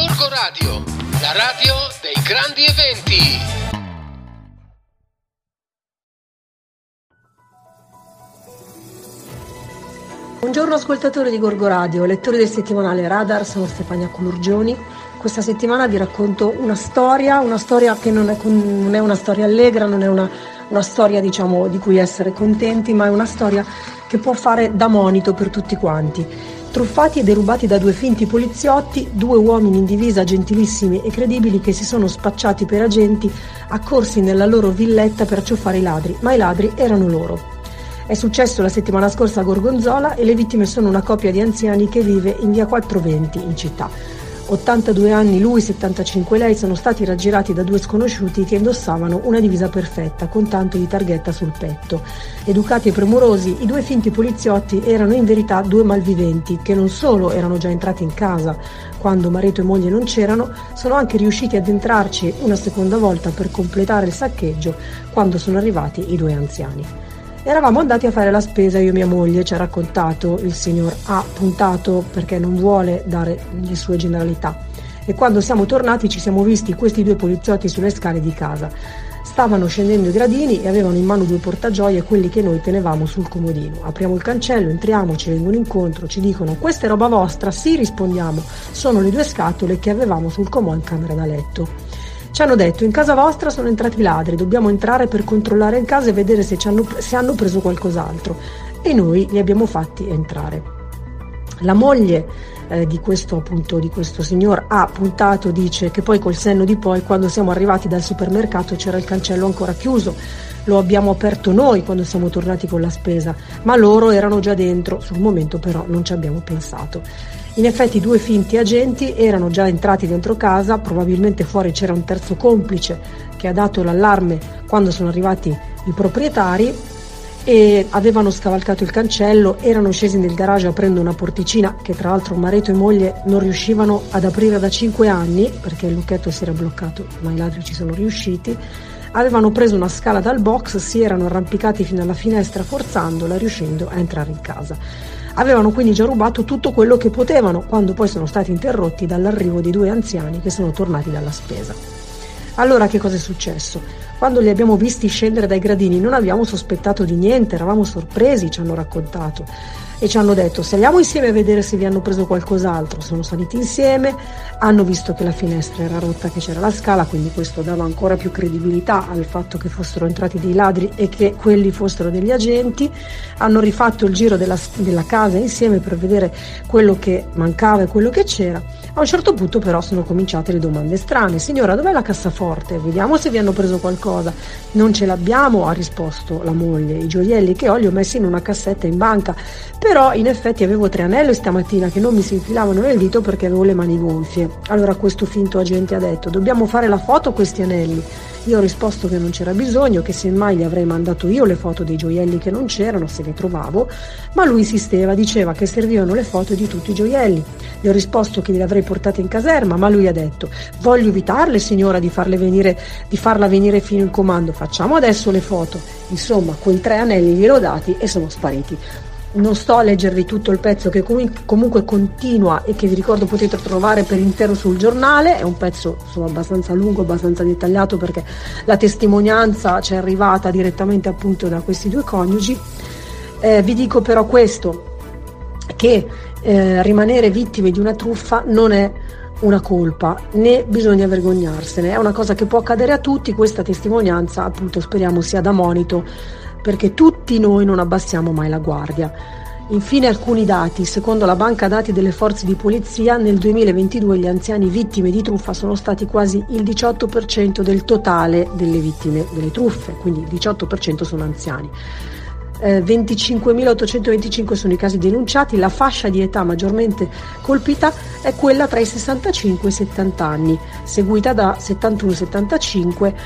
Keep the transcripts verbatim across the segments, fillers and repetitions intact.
Gorgo Radio, la radio dei grandi eventi. Buongiorno ascoltatori di Gorgo Radio, lettori del settimanale Radar, sono Stefania Colurgioni. Questa settimana vi racconto una storia, una storia che non è, non è una storia allegra, non è una, una storia diciamo di cui essere contenti, ma è una storia che può fare da monito per tutti quanti. Truffati e derubati da due finti poliziotti, due uomini in divisa gentilissimi e credibili che si sono spacciati per agenti, accorsi nella loro villetta per acciuffare i ladri, ma i ladri erano loro. È successo la settimana scorsa a Gorgonzola e le vittime sono una coppia di anziani che vive in via quattrocentoventi in città. ottantadue anni lui, settantacinque lei, sono stati raggirati da due sconosciuti che indossavano una divisa perfetta con tanto di targhetta sul petto. Educati e premurosi, i due finti poliziotti erano in verità due malviventi che non solo erano già entrati in casa quando marito e moglie non c'erano, sono anche riusciti ad entrarci una seconda volta per completare il saccheggio quando sono arrivati i due anziani. Eravamo andati a fare la spesa io e mia moglie, ci ha raccontato il signor A, puntato perché non vuole dare le sue generalità. E quando siamo tornati ci siamo visti questi due poliziotti sulle scale di casa. Stavano scendendo i gradini e avevano in mano due portagioie, quelli che noi tenevamo sul comodino. Apriamo il cancello, entriamo, ci vengono incontro, ci dicono: questa è roba vostra? Sì, rispondiamo, sono le due scatole che avevamo sul comò in camera da letto. Ci hanno detto: in casa vostra sono entrati i ladri, dobbiamo entrare per controllare in casa e vedere se, ci hanno, se hanno preso qualcos'altro. E noi li abbiamo fatti entrare. La moglie eh, di questo appunto di questo signor A puntato dice che poi col senno di poi, quando siamo arrivati dal supermercato, c'era il cancello ancora chiuso. Lo abbiamo aperto noi quando siamo tornati con la spesa, ma loro erano già dentro. Sul momento però non ci abbiamo pensato. In effetti due finti agenti erano già entrati dentro casa, probabilmente fuori c'era un terzo complice che ha dato l'allarme quando sono arrivati i proprietari e avevano scavalcato il cancello, erano scesi nel garage aprendo una porticina che tra l'altro marito e moglie non riuscivano ad aprire da cinque anni perché il lucchetto si era bloccato, ma i ladri ci sono riusciti. Avevano preso una scala dal box, si erano arrampicati fino alla finestra forzandola, riuscendo a entrare in casa. Avevano quindi già rubato tutto quello che potevano, quando poi sono stati interrotti dall'arrivo di due anziani che sono tornati dalla spesa. Allora che cosa è successo? Quando li abbiamo visti scendere dai gradini non abbiamo sospettato di niente, eravamo sorpresi, ci hanno raccontato. E ci hanno detto: saliamo insieme a vedere se vi hanno preso qualcos'altro. Sono saliti insieme, hanno visto che la finestra era rotta, che c'era la scala, quindi questo dava ancora più credibilità al fatto che fossero entrati dei ladri e che quelli fossero degli agenti. Hanno rifatto il giro della, della casa insieme per vedere quello che mancava e quello che c'era. A un certo punto però sono cominciate le domande strane: signora, dov'è la cassaforte? Vediamo se vi hanno preso qualcosa. Non ce l'abbiamo, ha risposto la moglie. I gioielli che ho li ho messi in una cassetta in banca, però in effetti avevo tre anelli stamattina che non mi si infilavano nel dito perché avevo le mani gonfie. Allora questo finto agente ha detto: dobbiamo fare la foto questi anelli. Io ho risposto che non c'era bisogno, che semmai gli avrei mandato io le foto dei gioielli che non c'erano se le trovavo, ma lui insisteva, diceva che servivano le foto di tutti i gioielli. Gli ho risposto che li avrei portate in caserma, ma lui ha detto: voglio evitarle signora di farle venire, di farla venire fino in comando, facciamo adesso le foto. Insomma, quei tre anelli gliel'ho dati e sono spariti. Non sto a leggervi tutto il pezzo che comunque continua e che vi ricordo potete trovare per intero sul giornale. È un pezzo insomma abbastanza lungo, abbastanza dettagliato, perché la testimonianza ci è arrivata direttamente appunto da questi due coniugi. Eh, vi dico però questo, che eh, rimanere vittime di una truffa non è una colpa, né bisogna vergognarsene, è una cosa che può accadere a tutti. Questa testimonianza appunto speriamo sia da monito, perché tutti noi non abbassiamo mai la guardia. Infine alcuni dati: secondo la banca dati delle forze di polizia nel duemilaventidue gli anziani vittime di truffa sono stati quasi il diciotto per cento del totale delle vittime delle truffe, quindi il diciotto per cento sono anziani. Eh, venticinquemilaottocentoventicinque sono i casi denunciati, la fascia di età maggiormente colpita è quella tra i sessantacinque e i settanta anni, seguita da settantuno settantacinque,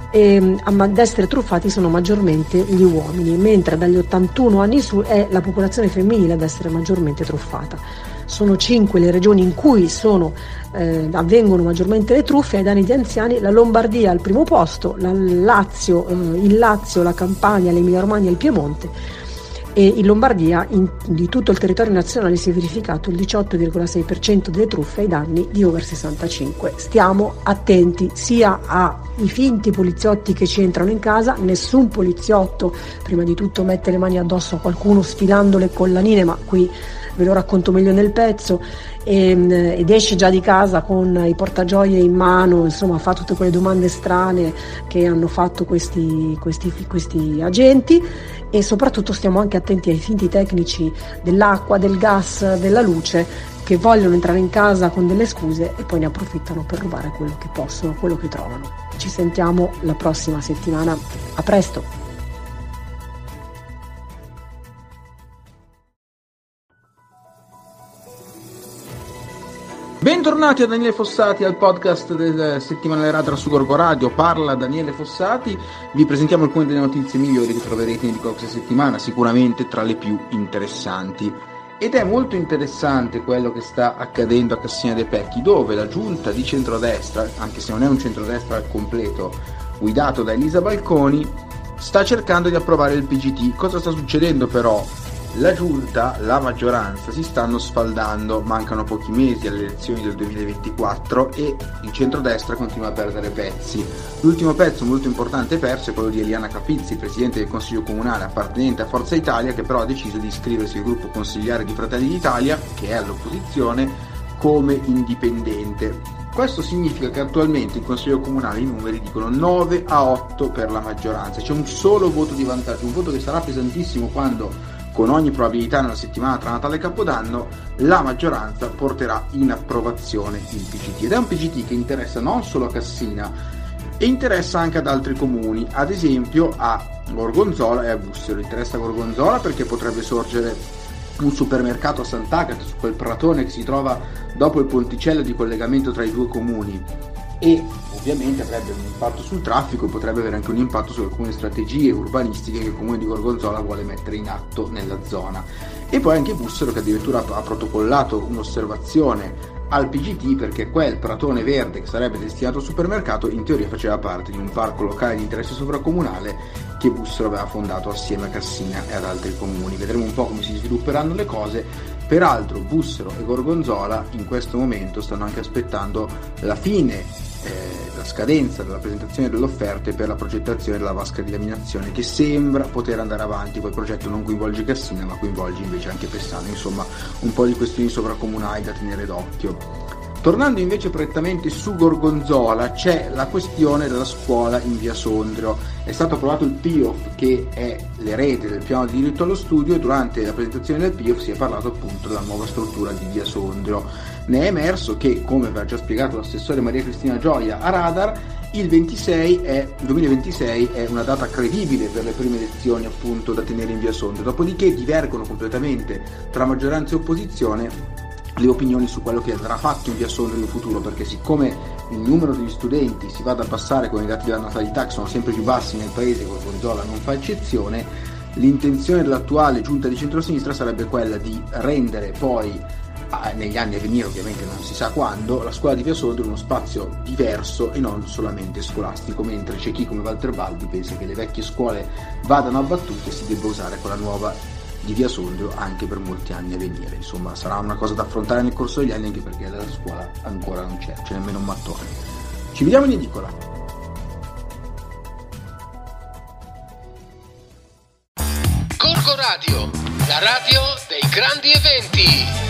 e ad essere truffati sono maggiormente gli uomini, mentre dagli ottantuno anni su è la popolazione femminile ad essere maggiormente truffata. Sono cinque le regioni in cui sono, eh, avvengono maggiormente le truffe ai danni di anziani: la Lombardia al primo posto, la Lazio, eh, il Lazio, la Campania, l'Emilia Romagna e il Piemonte. e in Lombardia in, di tutto il territorio nazionale si è verificato il diciotto virgola sei per cento delle truffe ai danni di over sessantacinque. Stiamo attenti sia ai finti poliziotti che ci entrano in casa, nessun poliziotto prima di tutto mette le mani addosso a qualcuno sfilando le collanine, ma qui ve lo racconto meglio nel pezzo, e, ed esce già di casa con i portagioie in mano, insomma fa tutte quelle domande strane che hanno fatto questi, questi, questi agenti. E soprattutto stiamo anche attenti ai finti tecnici dell'acqua, del gas, della luce, che vogliono entrare in casa con delle scuse e poi ne approfittano per rubare quello che possono, quello che trovano. Ci sentiamo la prossima settimana, a presto! Bentornati a Daniele Fossati, al podcast del settimanale Radar su Gorgo Radio. Parla Daniele Fossati. Vi presentiamo alcune delle notizie migliori che troverete in questa settimana, sicuramente tra le più interessanti. Ed è molto interessante quello che sta accadendo a Cassina de' Pecchi, dove la giunta di centrodestra, anche se non è un centrodestra al completo, guidato da Elisa Balconi, sta cercando di approvare il P G T. Cosa sta succedendo però? La giunta, la maggioranza si stanno sfaldando, mancano pochi mesi alle elezioni del duemilaventiquattro e il centrodestra continua a perdere pezzi. L'ultimo pezzo molto importante perso è quello di Eliana Capizzi, presidente del Consiglio Comunale appartenente a Forza Italia, che però ha deciso di iscriversi al gruppo consigliare di Fratelli d'Italia, che è all'opposizione, come indipendente. Questo significa che attualmente in Consiglio Comunale i numeri dicono nove a otto per la maggioranza, c'è un solo voto di vantaggio, un voto che sarà pesantissimo quando, con ogni probabilità nella settimana tra Natale e Capodanno, la maggioranza porterà in approvazione il P G T. Ed è un P G T che interessa non solo a Cassina, e interessa anche ad altri comuni, ad esempio a Gorgonzola e a Bussero. Interessa a Gorgonzola perché potrebbe sorgere un supermercato a Sant'Agata, su quel pratone che si trova dopo il ponticello di collegamento tra i due comuni, e ovviamente avrebbe un impatto sul traffico e potrebbe avere anche un impatto su alcune strategie urbanistiche che il comune di Gorgonzola vuole mettere in atto nella zona. E poi anche Bussero, che addirittura ha protocollato un'osservazione al P G T perché quel pratone verde che sarebbe destinato al supermercato in teoria faceva parte di un parco locale di interesse sovracomunale che Bussero aveva fondato assieme a Cassina e ad altri comuni. Vedremo un po' come si svilupperanno le cose. Peraltro Bussero e Gorgonzola in questo momento stanno anche aspettando la fine, eh, la scadenza della presentazione delle offerte per la progettazione della vasca di laminazione, che sembra poter andare avanti. Quel progetto non coinvolge Cassina ma coinvolge invece anche Pessano, insomma un po' di questioni sovracomunali da tenere d'occhio. Tornando invece prettamente su Gorgonzola, c'è la questione della scuola in via Sondrio. È stato approvato il P I O F, che è l'erede del piano di diritto allo studio, e durante la presentazione del P I O F si è parlato appunto della nuova struttura di via Sondrio. Ne è emerso che, come aveva già spiegato l'assessore Maria Cristina Gioia a Radar, il ventisei è, duemilaventisei è una data credibile per le prime elezioni appunto da tenere in via Sondrio. Dopodiché divergono completamente tra maggioranza e opposizione le opinioni su quello che andrà fatto in via Sondrio in futuro, perché siccome il numero degli studenti si va ad abbassare con i dati della natalità che sono sempre più bassi nel paese, Gorgonzola non fa eccezione, l'intenzione dell'attuale giunta di centrosinistra sarebbe quella di rendere poi, negli anni a venire ovviamente non si sa quando, la scuola di via Sondrio uno spazio diverso e non solamente scolastico, mentre c'è chi come Walter Baldi pensa che le vecchie scuole vadano abbattute e si debba usare quella nuova di via Sondrio anche per molti anni a venire. Insomma, sarà una cosa da affrontare nel corso degli anni, anche perché della scuola ancora non c'è, c'è nemmeno un mattone. Ci vediamo in edicola. Gorgo Radio, la radio dei grandi eventi.